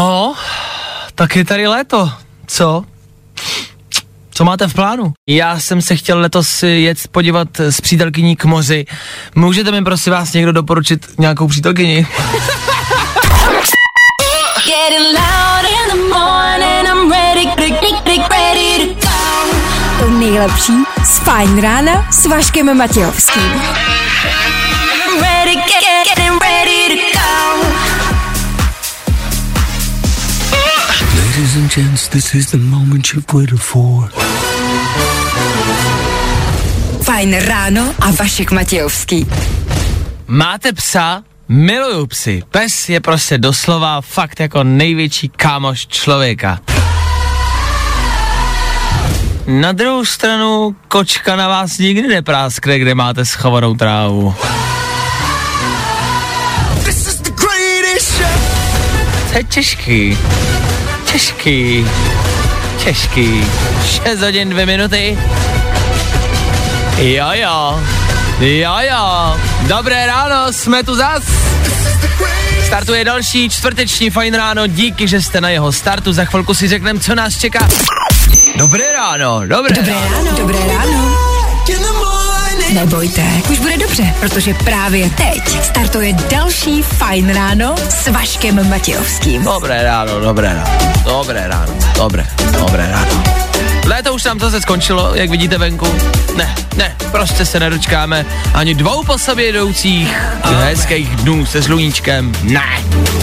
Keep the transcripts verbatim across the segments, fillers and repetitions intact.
No, tak je tady léto, co? Co máte v plánu? Já jsem se chtěl letos jet podívat s přítelkyní k moři. Můžete mi prosím vás někdo doporučit nějakou přítelkyni? To nejlepší z Fajn rána s Vaškem Matějovským. Ladies and gents, this is the moment you've waited for. Fajn ráno a Vašek Matějovský. Máte psa? Miluju psy. Pes je prostě doslova fakt jako největší kámoš člověka. Na druhou stranu kočka na vás nikdy nepráskne, kde máte schovanou trávu. To je těžký. Těžký. Těžký. šest hodin dvě minuty. Jo jo. Jo jo. Dobré ráno, jsme tu zas. Startuje další čtvrteční Fajn ráno, díky, že jste na jeho startu. Za chvilku si řekneme, co nás čeká. Dobré ráno, dobré, Dobré ráno. ráno. Dobré ráno. Nebojte, už bude dobře, protože právě teď startuje další Fajn ráno s Vaškem Matějovským. Dobré ráno, dobré ráno, dobré ráno, dobré, dobré ráno. Léto už nám zase skončilo, jak vidíte venku. Ne, ne, prostě se nedočkáme ani dvou po sobě jdoucích hezkých dnů se sluníčkem. Ne.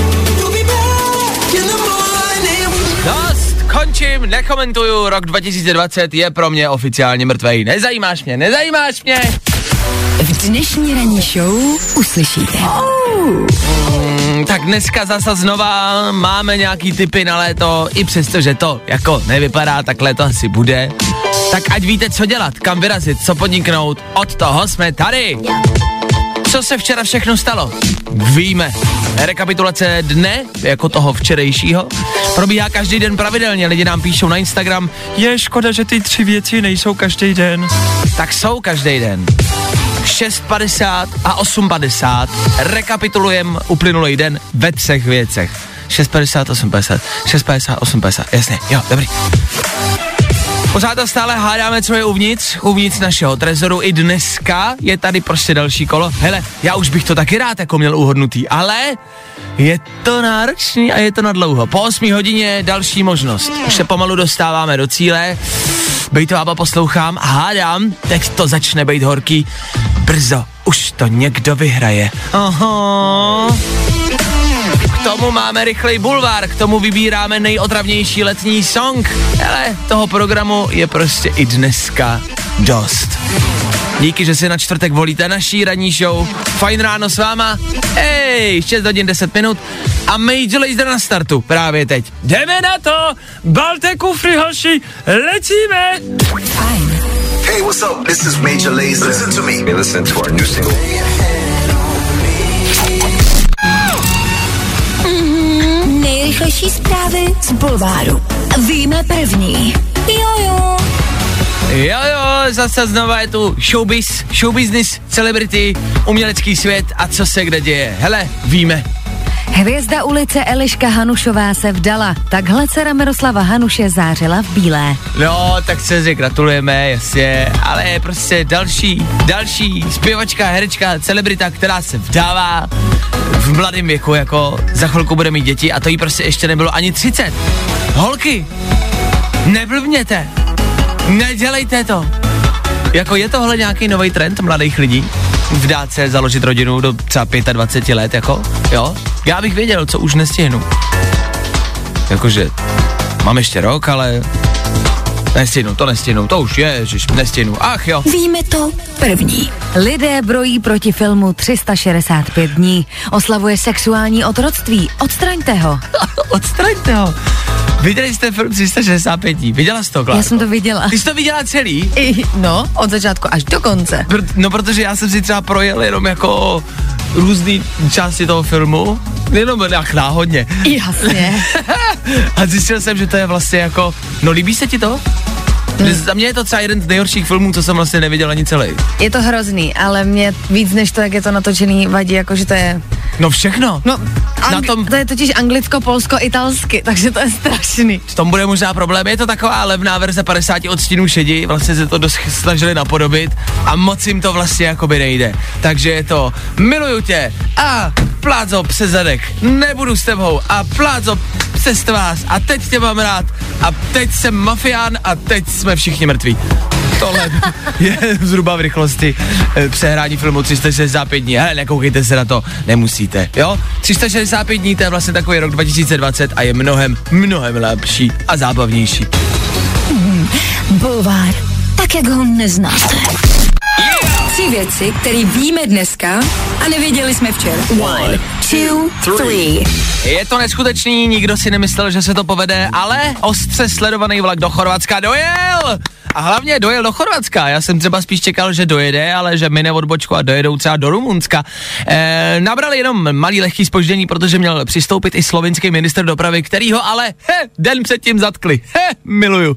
Dost, končím, nekomentuju, rok dva tisíce dvacet je pro mě oficiálně mrtvej. Nezajímáš mě, nezajímáš mě. V dnešní ranní show uslyšíte. Oh. Mm, tak dneska zase znova máme nějaký tipy na léto, i přesto, že to jako nevypadá, tak léto asi bude. Tak ať víte, co dělat, kam vyrazit, co podniknout, od toho jsme tady. Co se včera všechno stalo? Víme. Rekapitulace dne, jako toho včerejšího, probíhá každý den pravidelně. Lidi nám píšou na Instagram, je škoda, že ty tři věci nejsou každý den. Tak jsou každý den. šest padesát a osm padesát. Rekapitulujem uplynulý den ve třech věcech. šest padesát, osm padesát. šest padesát, osm padesát. Jasně, jo, dobrý. Pořád a stále hádáme, co je uvnitř, uvnitř našeho trezoru. I dneska je tady prostě další kolo. Hele, já už bych to taky rád jako měl uhodnutý, ale je to náročný a je to na dlouho. Po osmé hodině další možnost. Už se pomalu dostáváme do cíle. Bejtovába poslouchám a hádám, teď to začne být horký. Brzo, už to někdo vyhraje. Aha. K tomu máme rychlej bulvár, k tomu vybíráme nejotravnější letní song. Hele, toho programu je prostě i dneska dost. Díky, že si na čtvrtek volíte naší ranní show. Fajn ráno s váma. Hej, šest hodin deset minut a Major Lazer na startu právě teď. Jdeme na to, balte kufry, hoši, letíme. Fajn. Hey, what's up? This is Major Lazer. Listen to me. You listen to our new single. Mm-hmm. Nejrychlejší zprávy z bulváru. Víme první. Jojo. Jo, jo, zase znova je tu showbiz, showbusiness, celebrity, umělecký svět a co se kde děje. Hele, víme. Hvězda ulice Eliška Hanušová se vdala. Takhle dcera Miroslava Hanuše zářila v bílé. No, tak se gratulujeme, jasně, ale je prostě další, další zpěvačka, herečka, celebrita, která se vdává v mladém věku, jako za chvilku bude mít děti a to jí prostě ještě nebylo ani třicet. Holky, neblbněte, nedělejte to. Jako je tohle nějaký nový trend mladých lidí? Vdát se, založit rodinu do třeba dvacet pět let, jako, jo? Já bych věděl, co už nestihnu. Jakože, mám ještě rok, ale nestihnu, to nestihnu, to už je, ježiš, nestihnu, ach jo. Víme to první. Lidé brojí proti filmu tři sta šedesát pět dní. Oslavuje sexuální otroctví. Odstraňte ho. Odstraňte ho. Viděli jste film tři sta šedesát pět dní? Viděla jsi to, Klárko? Já jsem to viděla. Ty jsi to viděla celý? I, no, od začátku až do konce. Pr- no, protože já jsem si třeba projel jenom jako různý části toho filmu, jenom jak náhodně. Jasně. A zjistil jsem, že to je vlastně jako, no líbí se ti to? Hmm. Za mě je to třeba jeden z nejhorších filmů, co jsem vlastně neviděl ani celý. Je to hrozný, ale mě víc než to, jak je to natočený, vadí, jako že to je No všechno. No, ang- na tom, to je totiž anglicko-polsko-italsky, takže to je strašný. v tom bude možná problém, je to taková levná verze padesát odstínů šedi, vlastně se to dost snažili napodobit a moc jim to vlastně jakoby nejde. Takže je to miluju tě a pláco přes zadek, nebudu s tebou a pláco přes vás a teď tě mám rád a teď jsem mafián a teď jsme všichni mrtví. Tohle je zhruba v rychlosti e, přehrání filmu tři sta šedesát pět dní. Hele, nekoukejte se na to, nemusíte, jo? tři sta šedesát pět dní, to je vlastně takový rok dva tisíce dvacet a je mnohem, mnohem lepší a zábavnější. Hmm, bulvár, tak jak ho neznáte. Yeah! Tři věci, které víme dneska a nevěděli jsme včera. One, two, three. Je to neskutečný, nikdo si nemyslel, že se to povede, ale ostře sledovaný vlak do Chorvatska dojel! A hlavně dojel do Chorvatska. Já jsem třeba spíš čekal, že dojede, ale že mine odbočku a dojedou třeba do Rumunska. E, nabrali jenom malý lehký zpoždění, protože měl přistoupit i slovinský ministr dopravy, který ho ale he, den předtím zatkli. He, miluju.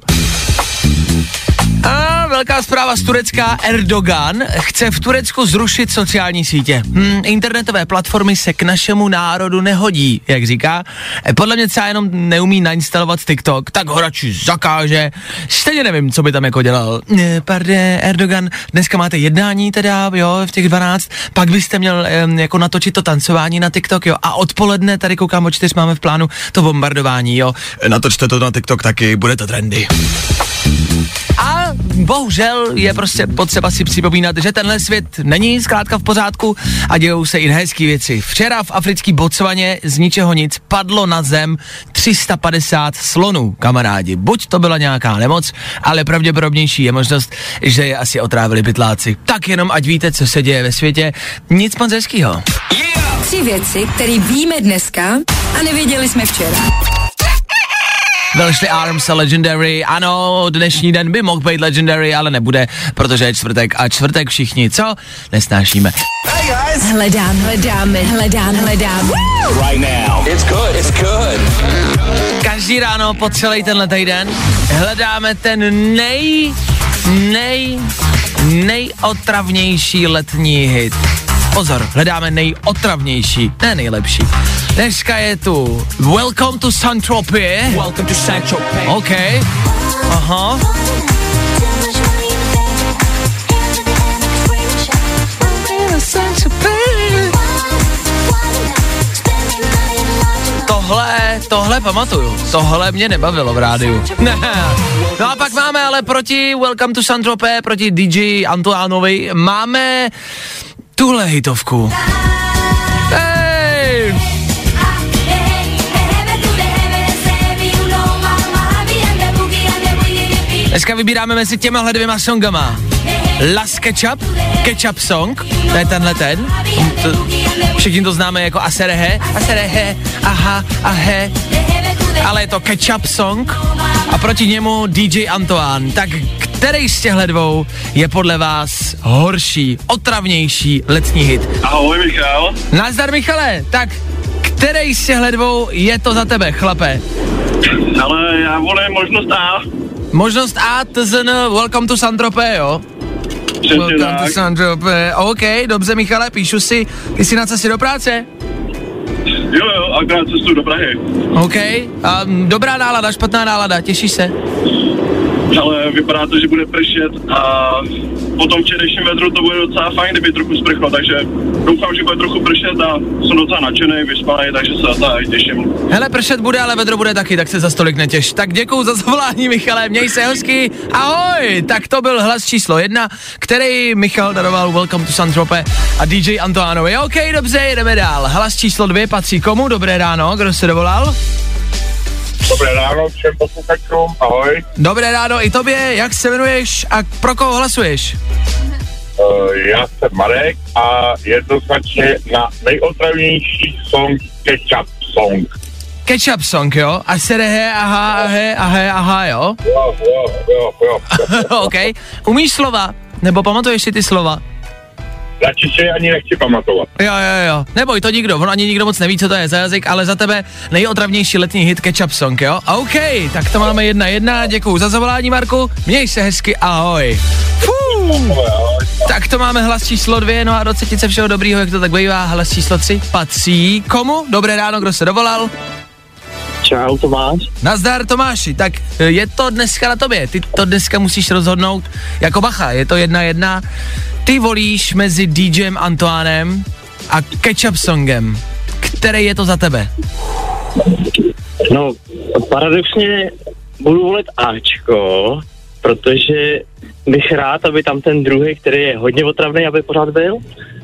A velká zpráva z Turecka. Erdogan chce v Turecku zrušit sociální sítě. Hmm, internetové platformy se k našemu národu nehodí, jak říká. Podle mě třeba jenom neumí nainstalovat TikTok, tak ho radši zakáže. Stejně nevím, co by tam jako dělal. Pardon, Erdogan, dneska máte jednání teda, jo, v těch dvanáct, pak byste měl um, jako natočit to tancování na TikTok, jo, a odpoledne, tady koukám o čtyř, máme v plánu to bombardování, jo. Natočte to na TikTok taky, bude to trendy. A bohužel je prostě potřeba si připomínat, že tenhle svět není zkrátka v pořádku a dějou se i hezký věci. Včera v africký Botswaně z ničeho nic padlo na zem tři sta padesát slonů, kamarádi. Buď to byla nějaká nemoc, ale pravděpodobnější je možnost, že je asi otrávili pytláci. Tak jenom ať víte, co se děje ve světě. Nic moc hezkýho. Yeah! Tři věci, které víme dneska a nevěděli jsme včera. Welshly Arms a Legendary, ano, dnešní den by mohl být Legendary, ale nebude, protože je čtvrtek a čtvrtek všichni, co? Nesnášíme. Hey guys. Hledám, hledáme, hledám, hledám. Right now. It's good, it's good. Každý ráno po celý tenhle týden hledáme ten nej, nej, nejotravnější letní hit. Pozor, hledáme nejotravnější, ne nejlepší. Dneska je tu Welcome to Saint-Tropez. Welcome to Saint-Tropez. OK. Aha. Tohle, tohle pamatuju. Tohle mě nebavilo v rádiu. Ne. No a pak máme ale proti Welcome to Saint-Tropez, proti D J Antoánovi, máme tuhle hitovku. Hej! Dneska vybíráme mezi těmahle dvěma songama. Las Ketchup, Ketchup Song, to je tenhle ten. To, všichni to známe jako Aserehe, Aserehe, aha, ahe. Ale je to Ketchup Song a proti němu D J Antoine. Tak který z těchto dvou je podle vás horší, otravnější letní hit? Ahoj Michal. Nazdar Michale, tak který z těchto dvou je to za tebe, chlape? Ale já volím možnost A. Možnost A, tzn. Welcome to Saint-Tropez, jo? Přesně Welcome tak. to Saint-Tropez, OK, dobře Michale, píšu si, ty jsi na cestě do práce? Jo, jo, akorát cestu do Prahy. OK, um, dobrá nálada, špatná nálada, těšíš se? Ale vypadá to, že bude pršet a po tom včerejším vedru to bude docela fajn, kdyby trochu sprchlo, takže doufám, že bude trochu pršet a jsem docela nadšený, vyspalý, takže se na to těším. Hele, pršet bude, ale vedro bude taky, tak se za stolik netěš. Tak děkuju za zavolání, Michale, měj se hezky, ahoj! Tak to byl hlas číslo jedna, který Michal daroval Welcome to Saint-Tropez a D J Antoánovi. OK, dobře, jedeme dál. Hlas číslo dvě patří komu? Dobré ráno, kdo se dovolal? Dobré ráno všem posluchačům, ahoj. Dobré ráno i tobě, jak se jmenuješ a pro koho hlasuješ? Uh, já jsem Marek a jednoznačně na nejotravnější song Ketchup Song. Ketchup Song, jo? A serehe, aha, ahe, ahe, aha, jo? Jo, jo, jo, jo. OK. Umíš slova? Nebo pamatuješ si ty slova? Radši si ani nechci pamatovat. Jo, jo, jo. Neboj, to nikdo, on ani nikdo moc neví, co to je za jazyk, ale za tebe nejotravnější letní hit Ketchup Song, jo? OK, tak to máme jedna jedna, děkuju za zavolání, Marku, měj se hezky, ahoj. Fuh. Tak to máme hlas číslo dvě, no a do třetice všeho dobrýho, jak to tak bývá. Hlas číslo tři patří komu? Dobré ráno, kdo se dovolal? Čau, Tomáš. Nazdar, Tomáši, tak je to dneska na tobě, ty to dneska musíš rozhodnout jako bacha, je to jedna jedna. Ty volíš mezi DJem Antoánem a Ketchup Songem. Který je to za tebe? No, paradoxně budu volit Ačko, protože bych rád, aby tam ten druhý, který je hodně otravný, aby pořád byl.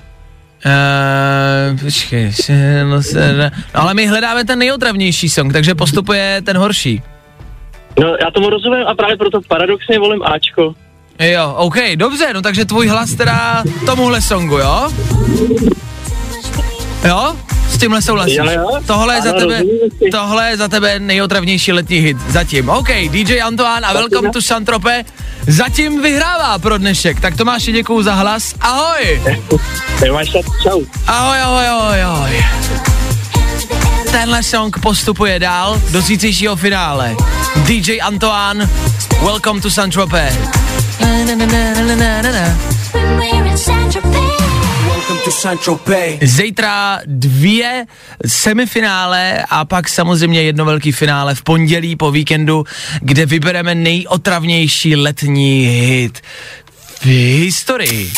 Uh, počkej, no, no, ale my hledáme ten nejotravnější song, takže postupuje ten horší. No, já tomu rozumím a právě proto paradoxně volím Ačko. Jo, OK, dobře, no takže tvůj hlas teda tomuhle songu, jo? Jo? S tímhle souhlasíš? Jo, jo. Tohle je, ano, za tebe, rozumím. tohle je za tebe nejotravnější letní hit zatím. OK, D J Antoine a Welcome to Saint-Tropez zatím vyhrává pro dnešek. Tak Tomáši, děkuju za hlas. Ahoj! Čau. Ahoj, ahoj, ahoj, ahoj. Tenhle song postupuje dál do zítřejšího finále. D J Antoine, Welcome to Saint-Tropez. Zítra dvě semifinále a pak samozřejmě jedno velký finále v pondělí po víkendu, kde vybereme nejotravnější letní hit v historii.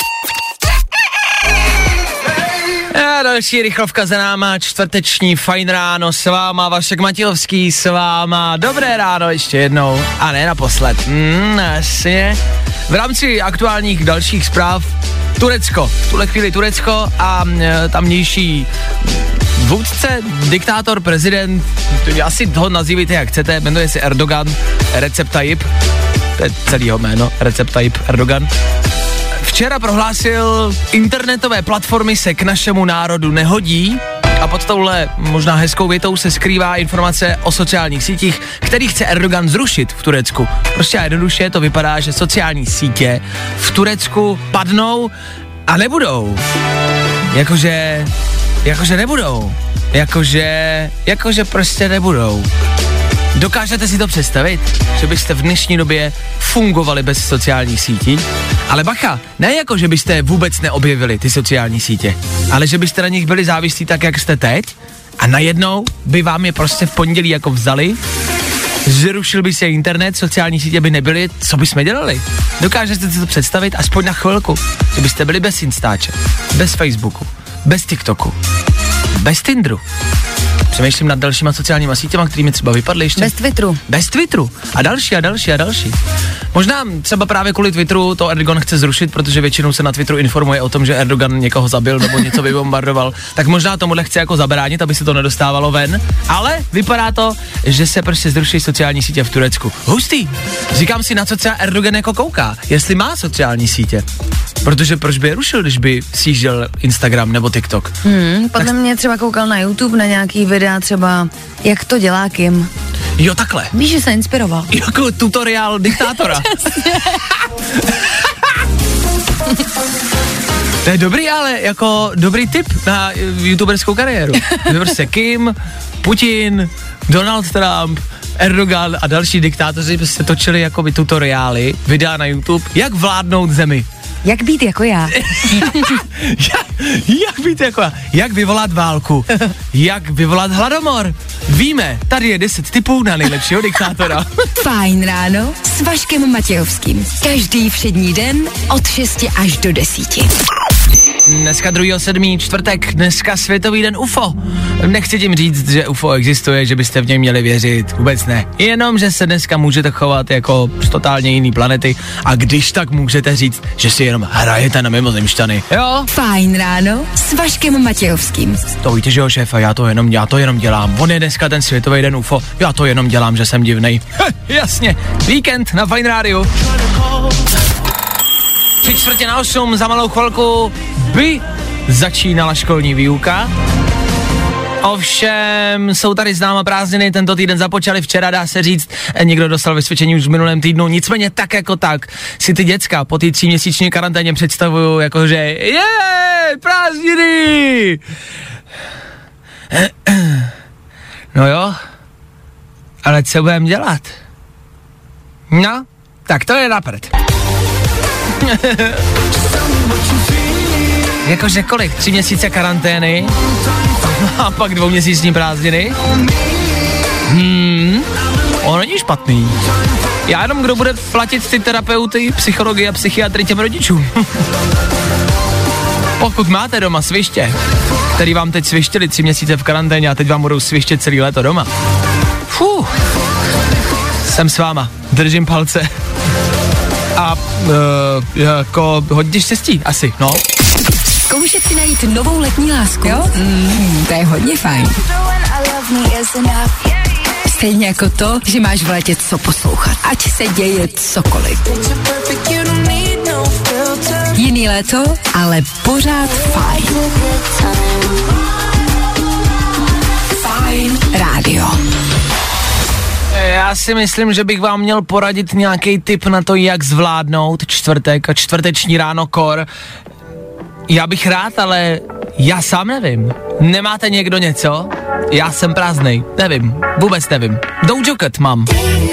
A další rychlovka za náma, čtvrteční Fajn ráno s váma, Vašek Matějovský s váma. Dobré ráno ještě jednou a ne naposled. Mm, jasně. V rámci aktuálních dalších zpráv Turecko, v tuhle chvíli Turecko a e, tamnější vůdce, diktátor, prezident, asi ho nazývejte jak chcete, jmenuje se Erdogan, Recep Tayyip, to je celýho jméno, Recep Tayyip Erdogan. Včera prohlásil, internetové platformy se k našemu národu nehodí a pod touhle možná hezkou větou se skrývá informace o sociálních sítích, který chce Erdogan zrušit v Turecku. Prostě a jednoduše to vypadá, že sociální sítě v Turecku padnou a nebudou. Jakože, jakože nebudou. Jakože, jakože prostě nebudou. Dokážete si to představit, že byste v dnešní době fungovali bez sociálních sítí? Ale bacha, ne jako, že byste vůbec neobjevili ty sociální sítě, ale že byste na nich byli závislí tak, jak jste teď a najednou by vám je prostě v pondělí jako vzali, zrušil by se internet, sociální sítě by nebyly, co bychom dělali? Dokážete si to představit aspoň na chvilku, že byste byli bez Instače, bez Facebooku, bez TikToku, bez Tinderu. Přemýšlím nad dalšíma sociálníma sítěma, kterými třeba vypadly ještě. Bez Twitteru. Bez Twitteru. A další a další a další. Možná třeba právě kvůli Twitteru to Erdogan chce zrušit, protože většinou se na Twitteru informuje o tom, že Erdogan někoho zabil nebo něco vybombardoval. Tak možná tomuhle chce jako zabránit, aby se to nedostávalo ven. Ale vypadá to, že se prostě zruší sociální sítě v Turecku. Hustý. Říkám si, na co třeba Erdogan jako kouká. Jestli má sociální sítě. Protože proč by je rušil, když by sjížděl Instagram nebo TikTok? Hmm, podle tak... mě třeba koukal na YouTube na nějaký videa třeba, jak to dělá Kim. Jo, takhle. Víš, že se inspiroval. Jako tutoriál diktátora. To je dobrý, ale jako dobrý tip na youtuberskou kariéru. Prostě Kim, Putin, Donald Trump, Erdogan a další diktátoři se točili jakoby tutoriály, videa na YouTube, jak vládnout zemi. Jak být jako já. jak, jak být jako já. Jak vyvolat válku. Jak vyvolat hladomor. Víme, tady je deset tipů na nejlepšího diktátora. Fajn ráno s Vaškem Matějovským. Každý všední den od šesti až do desíti. Dneska druhého sedmého čtvrtek, dneska Světový den U F O. Nechci tím říct, že U F O existuje, že byste v něj měli věřit, vůbec ne. Jenom, že se dneska můžete chovat jako z totálně jiný planety a když tak můžete říct, že si jenom hrajete na mimozemšťany. Jo? Fajn ráno s Vaškem Matějovským. To víte, že jo, šéfa, já to jenom, já to jenom dělám. On je dneska ten Světový den U F O, já to jenom dělám, že jsem divnej. Heh, jasně, víkend na Fajn rádiu. Tři čtvrtě na osm, za malou chvilku by začínala školní výuka. Ovšem, jsou tady známa prázdniny, tento týden započaly včera, dá se říct, někdo dostal vysvědčení už v minulém týdnu, nicméně tak jako tak si ty děcka po té tříměsíční karanténě představují jako, že je, prázdniny! No jo, ale co budeme dělat? No, tak to je na prd. Jakože kolik? Tři měsíce karantény a pak dvouměsíční prázdniny? Hmm, ono není špatný. Já jenom, kdo bude platit ty terapeuty, psychologi a psychiatry těm rodičům. Pokud máte doma sviště, který vám teď svištěli tři měsíce v karanténě a teď vám budou svištět celý léto doma. Fuh, jsem s váma, držím palce. A uh, jako hodně štěstí, asi, no. Zkoušet si najít novou letní lásku? Jo? Mm, to je hodně fajn. Stejně jako to, že máš v létě co poslouchat. Ať se děje cokoliv. Jiný léto, ale pořád fajn. Fajn rádio. Já si myslím, že bych vám měl poradit nějaký tip na to, jak zvládnout čtvrtek a čtvrteční ráno kor. Já bych rád, ale já sám nevím. Nemáte někdo něco? Já jsem prázdnej, nevím, vůbec nevím. Doja Cat mám.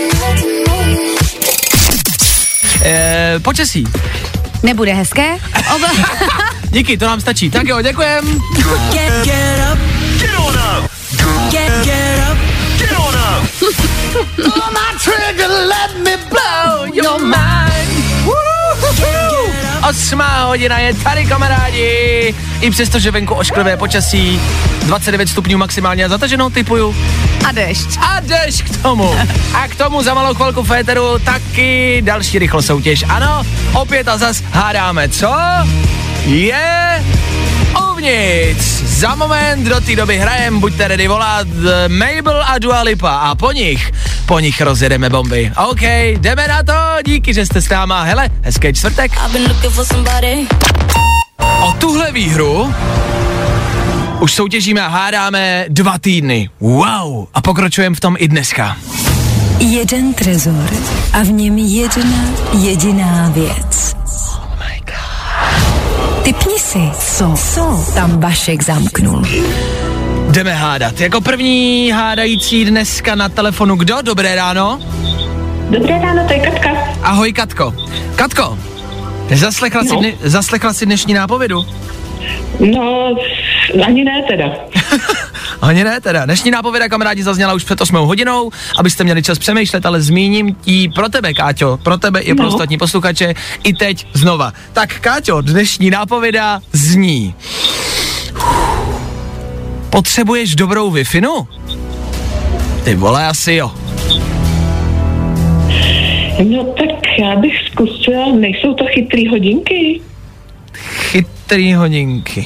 E, počasí. Nebude hezké? Oba- Díky, to nám stačí. Tak jo, děkujem. Get, get up, get on up. Get, get up, get on up. Pull my trigger, let me blow your mind. Osmá hodina je tady, kamarádi. I přesto, že venku ošklivé počasí, dvacet devět stupňů maximálně a zataženou typuju. A dešť. A dešť k tomu. A k tomu za malou chvilku féteru taky další rychlo soutěž. Ano, opět a zas hádáme, co je uvnitř. Za moment do té doby hrajem, buďte ready volat Mabel a Dua Lipa a po nich, po nich rozjedeme bomby. OK, jdeme na to, díky, že jste s náma. Hele, hezký čtvrtek. O tuhle výhru už soutěžíme a hádáme dva týdny. Wow, a pokročujeme v tom i dneska. Jeden trezor a v něm jedna jediná věc. Oh my God. Tipni si, co, co tam Vašek zamknul. Jdeme hádat. Jako první hádající dneska na telefonu kdo? Dobré ráno. Dobré ráno, to je Katka. Ahoj, Katko. Katko, zaslechla, no. si, dne, zaslechla si dnešní nápovědu? No, ani ne teda. Ani ne teda. Dnešní nápověda, kamarádi, zazněla už před osmou hodinou, abyste měli čas přemýšlet, ale zmíním ji pro tebe, Káťo, pro tebe i pro no. ostatní posluchače, i teď znova. Tak, Káťo, dnešní nápověda zní. Potřebuješ dobrou Wi-Fi-nu? Ty vole, asi jo. No tak já bych zkusila, nejsou to chytrý hodinky? Chytrý hodinky.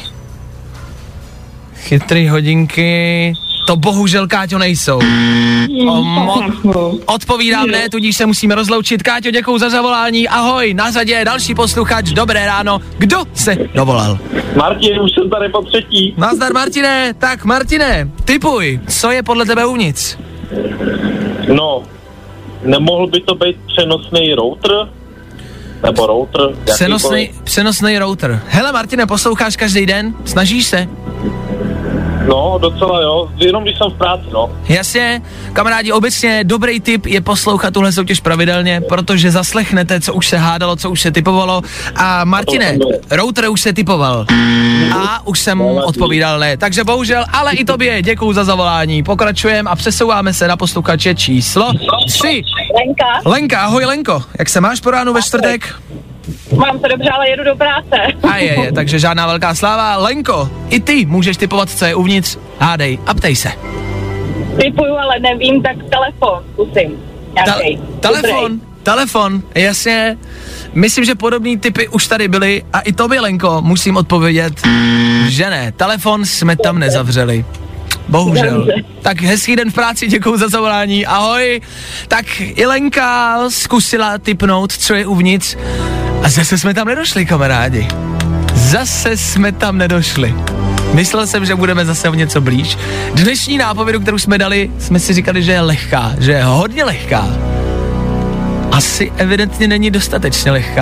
Chytrý hodinky, to bohužel, Káťo, nejsou. O, od, odpovídám ne, tudíž se musíme rozloučit. Káťo, děkuju za zavolání, ahoj, na řadě je další posluchač, dobré ráno. Kdo se dovolal? Martin, už jsem tady po třetí. Nazdar, Martine, tak Martine, tipuj, co je podle tebe uvnitř? No, nemohl by to být přenosný router? Nebo router? Přenosný, přenosný router. Hele, Martine, posloucháš každý den? Snažíš se? No, docela jo, jenom když jsem v práci, no. Jasně, kamarádi, obecně dobrý tip je poslouchat tuhle soutěž pravidelně, protože zaslechnete, co už se hádalo, co už se typovalo. A Martine, router už se typoval. A už jsem mu odpovídal ne. Takže bohužel, ale i tobě děkuju za zavolání. Pokračujeme a přesouváme se na posluchače číslo tři. Lenka. Lenka, ahoj Lenko, jak se máš po ránu ve čtvrtek? Mám to dobře, ale jedu do práce. A je, je, takže žádná velká sláva. Lenko, i ty můžeš typovat, co je uvnitř. Hádej a ptej se. Typuju, ale nevím, tak telefon zkusím. Ta- telefon, telefon, jasně. Myslím, že podobný typy už tady byly a i tobě, Lenko, musím odpovědět, že ne. Telefon jsme tam nezavřeli. Bohužel. Tak hezký den v práci, děkuju za zavolání, ahoj. Tak i Lenka zkusila tipnout, co je uvnitř a zase jsme tam nedošli, kamarádi. Zase jsme tam nedošli. Myslel jsem, že budeme zase o něco blíž. Dnešní nápovědu, kterou jsme dali, jsme si říkali, že je lehká, že je hodně lehká. Asi evidentně není dostatečně lehká.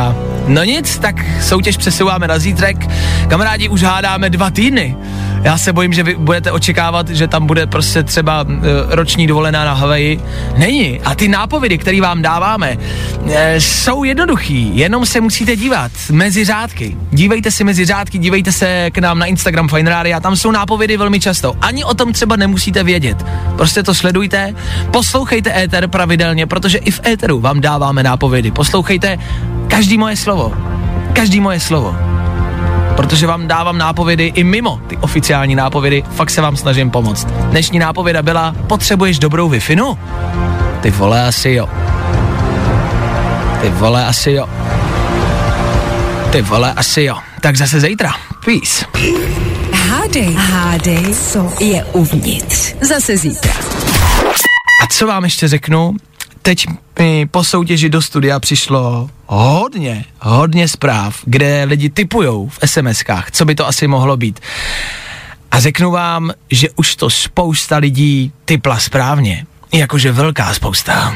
No nic, tak soutěž přesouváme na zítřek. Kamarádi, už hádáme dva týdny. Já se bojím, že vy budete očekávat, že tam bude prostě třeba e, roční dovolená na Havaji. Není. A ty nápovědy, které vám dáváme, e, jsou jednoduchý. Jenom se musíte dívat mezi řádky. Dívejte si mezi řádky, dívejte se k nám na Instagram Fajn Rádia, tam jsou nápovědy velmi často. Ani o tom třeba nemusíte vědět. Prostě to sledujte, poslouchejte éter pravidelně, protože i v éteru vám dáváme nápovědy. Poslouchejte každý moje slovo. Každý moje slovo. Protože vám dávám nápovědy i mimo ty oficiální nápovědy, fakt se vám snažím pomoct. Dnešní nápověda byla, potřebuješ dobrou Wi-Fi? No? Ty vole, asi jo. Ty vole, asi jo. Ty vole, asi jo. Tak zase zítra. Peace. Hádej, hádej, co je uvnitř. Zase zítra. A co vám ještě řeknu? Teď mi po soutěži do studia přišlo hodně, hodně zpráv, kde lidi tipujou v es em eskách, co by to asi mohlo být. A řeknu vám, že už to spousta lidí tipla správně. Jakože velká spousta.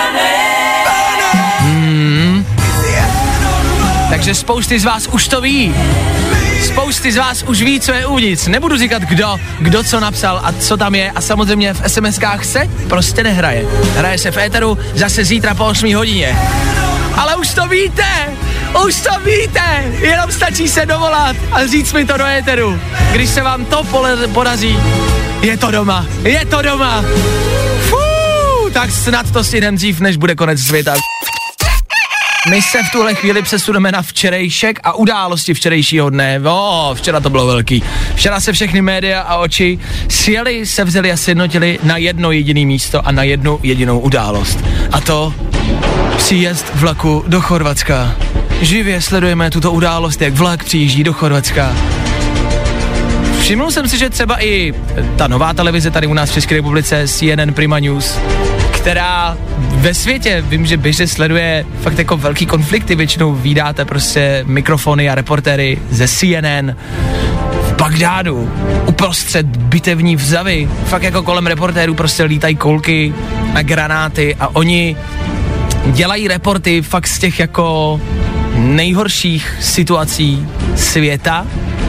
Hmm. Takže spousty z vás už to ví. Spousty z vás už ví, co je uvnitř. Nebudu říkat kdo, kdo co napsal a co tam je a samozřejmě v es em eskách se prostě nehraje. Hraje se v éteru zase zítra po osmé hodině. Ale už to víte, už to víte, jenom stačí se dovolat a říct mi to do éteru. Když se vám to pole- podaří, je to doma, je to doma. Fuu, tak snad to si jdem dřív, než bude konec světa. My se v tuhle chvíli přesuneme na včerejšek a události včerejšího dne. O, včera to bylo velký. Včera se všechny média a oči sjeli, se vzali a sjednotili na jedno jediné místo a na jednu jedinou událost. A to příjezd vlaku do Chorvatska. Živě sledujeme tuto událost, jak vlak přijíždí do Chorvatska. Všiml jsem si, že třeba i ta nová televize tady u nás v České republice, C N N Prima News, která ve světě, vím, že běžně sleduje fakt jako velký konflikty, většinou vídáte prostě mikrofony a reportéry ze C N N v Bagdádu, uprostřed bitevní vzavy, fakt jako kolem reportérů prostě lítají koulky a granáty a oni dělají reporty fakt z těch jako nejhorších situací světa.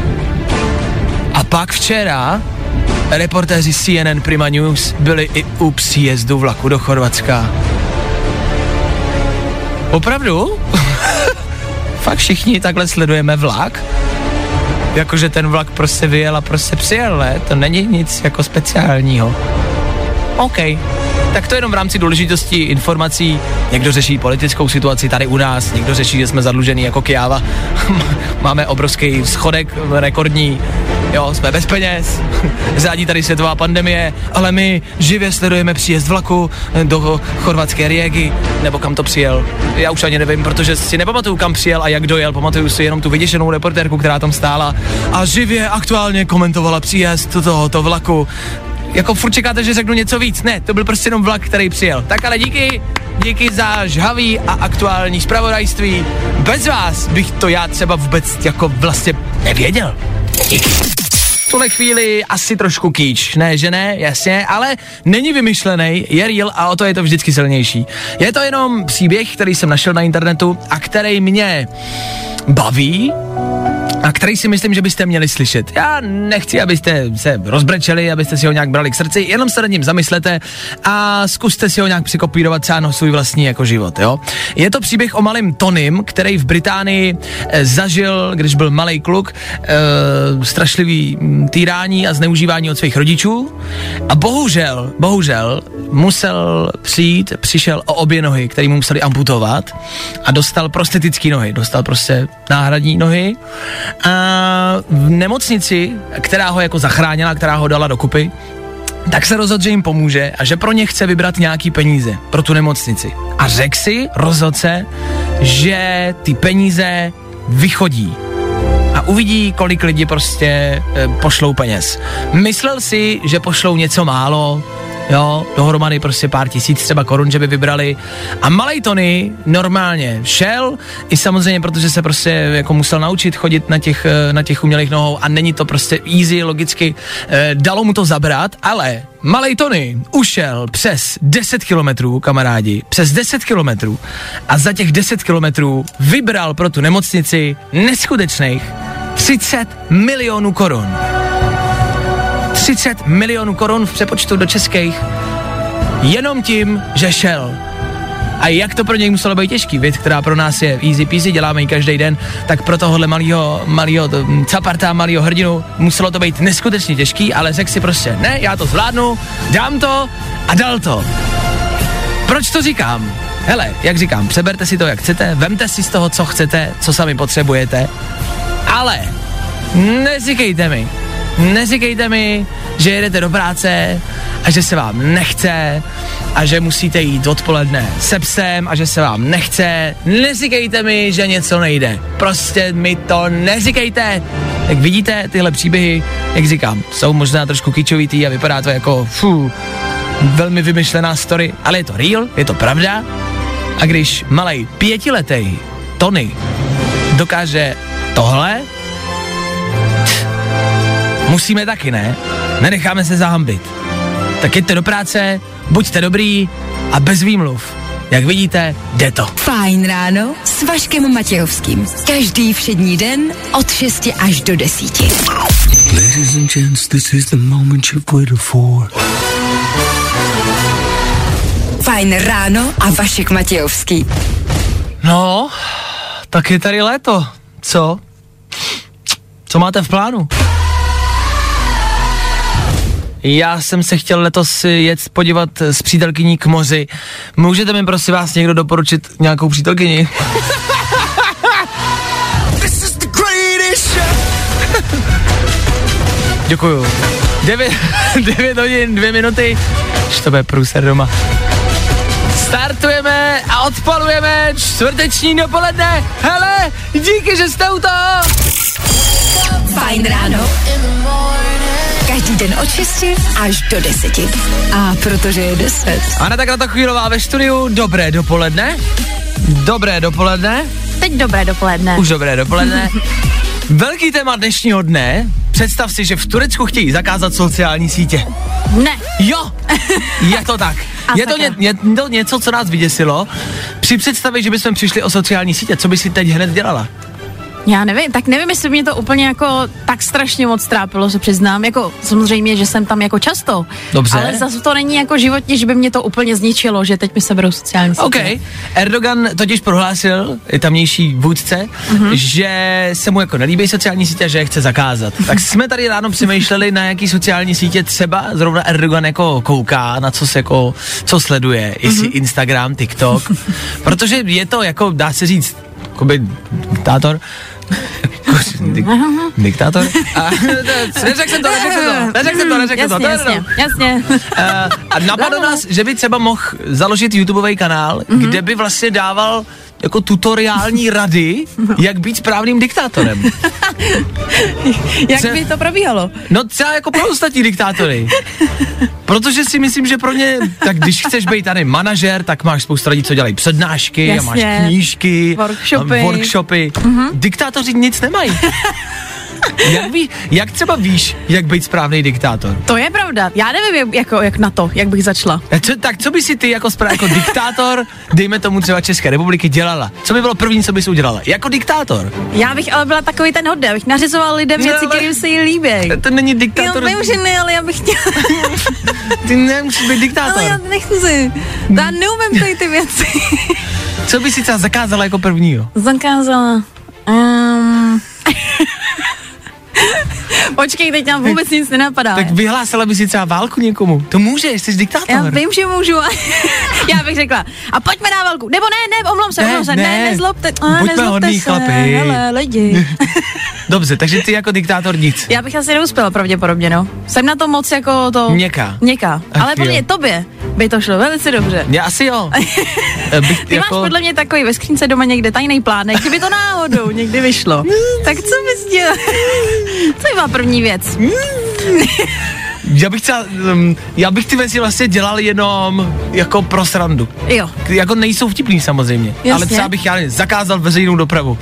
A pak včera reportéři C N N Prima News byli i u příjezdu vlaku do Chorvatska. Opravdu? Fakt všichni takhle sledujeme vlak? Jakože ten vlak prostě vyjel a prostě přijel, ne? To není nic jako speciálního. OK. Tak to jenom v rámci důležitosti informací. Někdo řeší politickou situaci tady u nás, někdo řeší, že jsme zadlužený jako Kyjava. Máme obrovský schodek rekordní, jo, jsme bez peněz, řádí tady světová pandemie, ale my živě sledujeme příjezd vlaku do chorvatské Rijegy, nebo kam to přijel. Já už ani nevím, protože si nepamatuju, kam přijel a jak dojel, pamatuju si jenom tu vyděšenou reportérku, která tam stála a živě aktuálně komentovala příjezd tohoto vlaku. Jako furt čekáte, že řeknu něco víc. Ne, to byl prostě jenom vlak, který přijel. Tak ale díky, díky za žhavý a aktuální zpravodajství. Bez vás bych to já třeba vůbec jako vlastně nevěděl. Díky. V tuhle chvíli asi trošku kýč, ne, že ne, jasně, ale není vymyšlený, je real a o to je to vždycky silnější. Je to jenom příběh, který jsem našel na internetu a který mě baví, a který si myslím, že byste měli slyšet. Já nechci, abyste se rozbrečeli, abyste si ho nějak brali k srdci, jenom se nad ním zamyslete a zkuste si ho nějak přikopírovat třeba na svůj vlastní jako život, jo. Je to příběh o malém Tonym, který v Británii e, zažil, když byl malej kluk, e, strašlivý týrání a zneužívání od svých rodičů a bohužel, bohužel musel přijít, přišel o obě nohy, které mu museli amputovat a dostal prostetický nohy, dostal prostě náhradní nohy. A v nemocnici, která ho jako zachránila, která ho dala dokupy, tak se rozhodl, že jim pomůže a že pro ně chce vybrat nějaký peníze pro tu nemocnici. A řekl si, rozhodl se, že ty peníze vychodí a uvidí, kolik lidi prostě e, pošlou peněz. Myslel si, že pošlou něco málo, jo, dohromady prostě pár tisíc třeba korun, že by vybrali. A malej Tony normálně šel, i samozřejmě, protože se prostě jako musel naučit chodit na těch, na těch umělých nohou a není to prostě easy, logicky, eh, dalo mu to zabrat, ale malej Tony ušel přes deset kilometrů, kamarádi, přes deset kilometrů a za těch deset kilometrů vybral pro tu nemocnici neskutečných třicet milionů korun. třicet milionů korun v přepočtu do českých jenom tím, že šel. A jak to pro něj muselo být těžký, věc, která pro nás je easy peasy, děláme ji každý den, tak pro tohohle malýho, malýho caparta, malýho hrdinu muselo to být neskutečně těžký, ale řekl si prostě, ne, já to zvládnu, dám to a dal to. Proč to říkám? Hele, jak říkám, přeberte si to, jak chcete, vemte si z toho, co chcete, co sami potřebujete, ale neříkejte mi, neříkejte mi, že jedete do práce a že se vám nechce a že musíte jít odpoledne se psem a že se vám nechce. Neříkejte mi, že něco nejde. Prostě mi to neříkejte. Jak vidíte, tyhle příběhy, jak říkám, jsou možná trošku kyčovitý a vypadá to jako fů, velmi vymyšlená story, ale je to real, je to pravda. A když malej pětiletej Tony dokáže tohle, musíme taky, ne? Nenecháme se zahambit. Tak jeďte do práce, buďte dobrý a bez výmluv. Jak vidíte, jde to. Fajn ráno s Vaškem Matějovským. Každý všední den od šesti až do desíti. Ladies and gents, this is the moment you've waited for. Fajn ráno a Vašek Matějovský. No, tak je tady léto. Co? Co máte v plánu? Já jsem se chtěl letos jet podívat s přítelkyní k moři. Můžete mi prosím vás někdo doporučit nějakou přítelkyni? Děkuju. Devět, devět hodin, dvě minuty. Už to bude průser doma. Startujeme a odpalujeme čtvrteční dopoledne. Hele, díky, že jste u toho. Fajn ráno. Každý den od šesti až do deseti. A protože je deset. Aneta Kratochvílová ve studiu. Dobré dopoledne. Dobré dopoledne. Teď dobré dopoledne. Už dobré dopoledne. Velký téma dnešního dne. Představ si, že v Turecku chtějí zakázat sociální sítě. Ne. Jo, je to tak. Je to, ně, je to něco, co nás vyděsilo. Při představě, že bychom přišli o sociální sítě, co by si teď hned dělala? Já nevím, tak nevím, jestli mě to úplně jako tak strašně moc trápilo, se přiznám. Jako samozřejmě, že jsem tam jako často. Dobře. Ale zase to není jako životní, že by mě to úplně zničilo, že teď mi seberou sociální sítě. OK. Erdogan totiž prohlásil, tamnější vůdce, mm-hmm. že se mu jako nelíbí sociální sítě, že je chce zakázat. Tak jsme tady ráno přemýšleli, na jaký sociální sítě třeba zrovna Erdogan jako kouká, na co se jako, co sleduje, jestli mm-hmm. Instagram, TikTok, protože je to jako, dá se říct, jakoby diktátor. Dik, diktátor? A, neřekl jsem to, neřekl jsem to, neřekl jsem to, neřekl jsem to. Jasně, jasně. A napadlo nás, že by třeba mohl založit YouTubeový kanál, mm-hmm. kde by vlastně dával jako tutoriální rady, jak být správným diktátorem. Jak Cze- by to probíhalo? No třeba jako pro ostatní diktátory. Protože si myslím, že pro ně, tak když chceš být tady manažer, tak máš spoustu lidí, co dělají přednášky, jasně, a máš knížky, workshopy. A workshopy. Mm-hmm. Diktátoři nic nemají. Jak, ví, jak třeba víš, jak být správný diktátor? To je pravda. Já nevím, jak, jako, jak na to, jak bych začala. Co, tak co by si ty jako, spra- jako diktátor, dejme tomu třeba České republiky, dělala? Co by bylo první, co bys udělala? Jako diktátor? Já bych ale byla takový ten hodný, abych nařizoval lidem no, věci, kterým se jí líbí. To není diktátor. Já vím, že ne, ale já bych chtěla. Ty nemusíš být diktátor. Ale já nechci. Já neumím tady ty věci. Co by si třeba zakázala jako prvního? Zakázala. Um... Počkej, teď nám vůbec nic nenapadá. Tak vyhlásila by si třeba válku někomu. To můžeš, jsi diktátor. Já vím, že můžu. Já bych řekla, a pojďme na válku. Nebo ne, ne, omlom se, ne, omlom se, ne, ne, nezlobte. Buďme hodný chlapi. Hele, lidi. Dobře, takže ty jako diktátor nic. Já bych asi neuspěla pravděpodobně, no. Jsem na to moc jako to... Měkká. Měkká. Ale podle mě tobě by to šlo velice dobře. Já asi jo. Bych, ty jako... máš podle mě takový ve skřínce doma někde tajný plánek, kdyby to náhodou někdy vyšlo. Tak co bys dělal? Co je má první věc? Já bych třeba, um, já bych ty věci vlastně dělal jenom jako pro srandu. Jo. Jako nejsou vtipný samozřejmě, Jasně. ale třeba bych já nevím, zakázal veřejnou dopravu.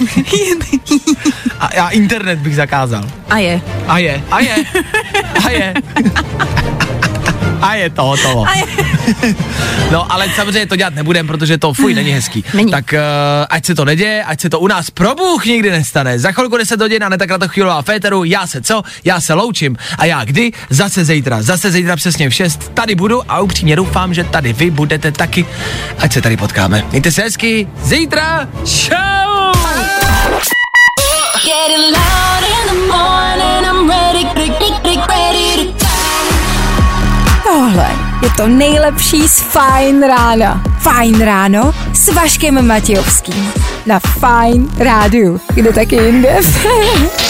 a, a internet bych zakázal. A je. A je, a je, a je. A je to hotovo. No, ale samozřejmě to dělat nebudem, protože to fuj, není hezký. Není. Tak uh, ať se to neděje, ať se to u nás pro Bůh nikdy nestane. Za chvilku deset hodin a netak na to chvílová féteru, já se co? Já se loučím. A já kdy? Zase zítra. Zase zítra přesně v šest. Tady budu a upřímně doufám, že tady vy budete taky. Ať se tady potkáme. Mějte se hezky. Zítra. Čau! Tohle je to nejlepší z Fajn rána. Fajn ráno s Vaškem Matějovským. Na Fajn rádiu. Kde taky jinde?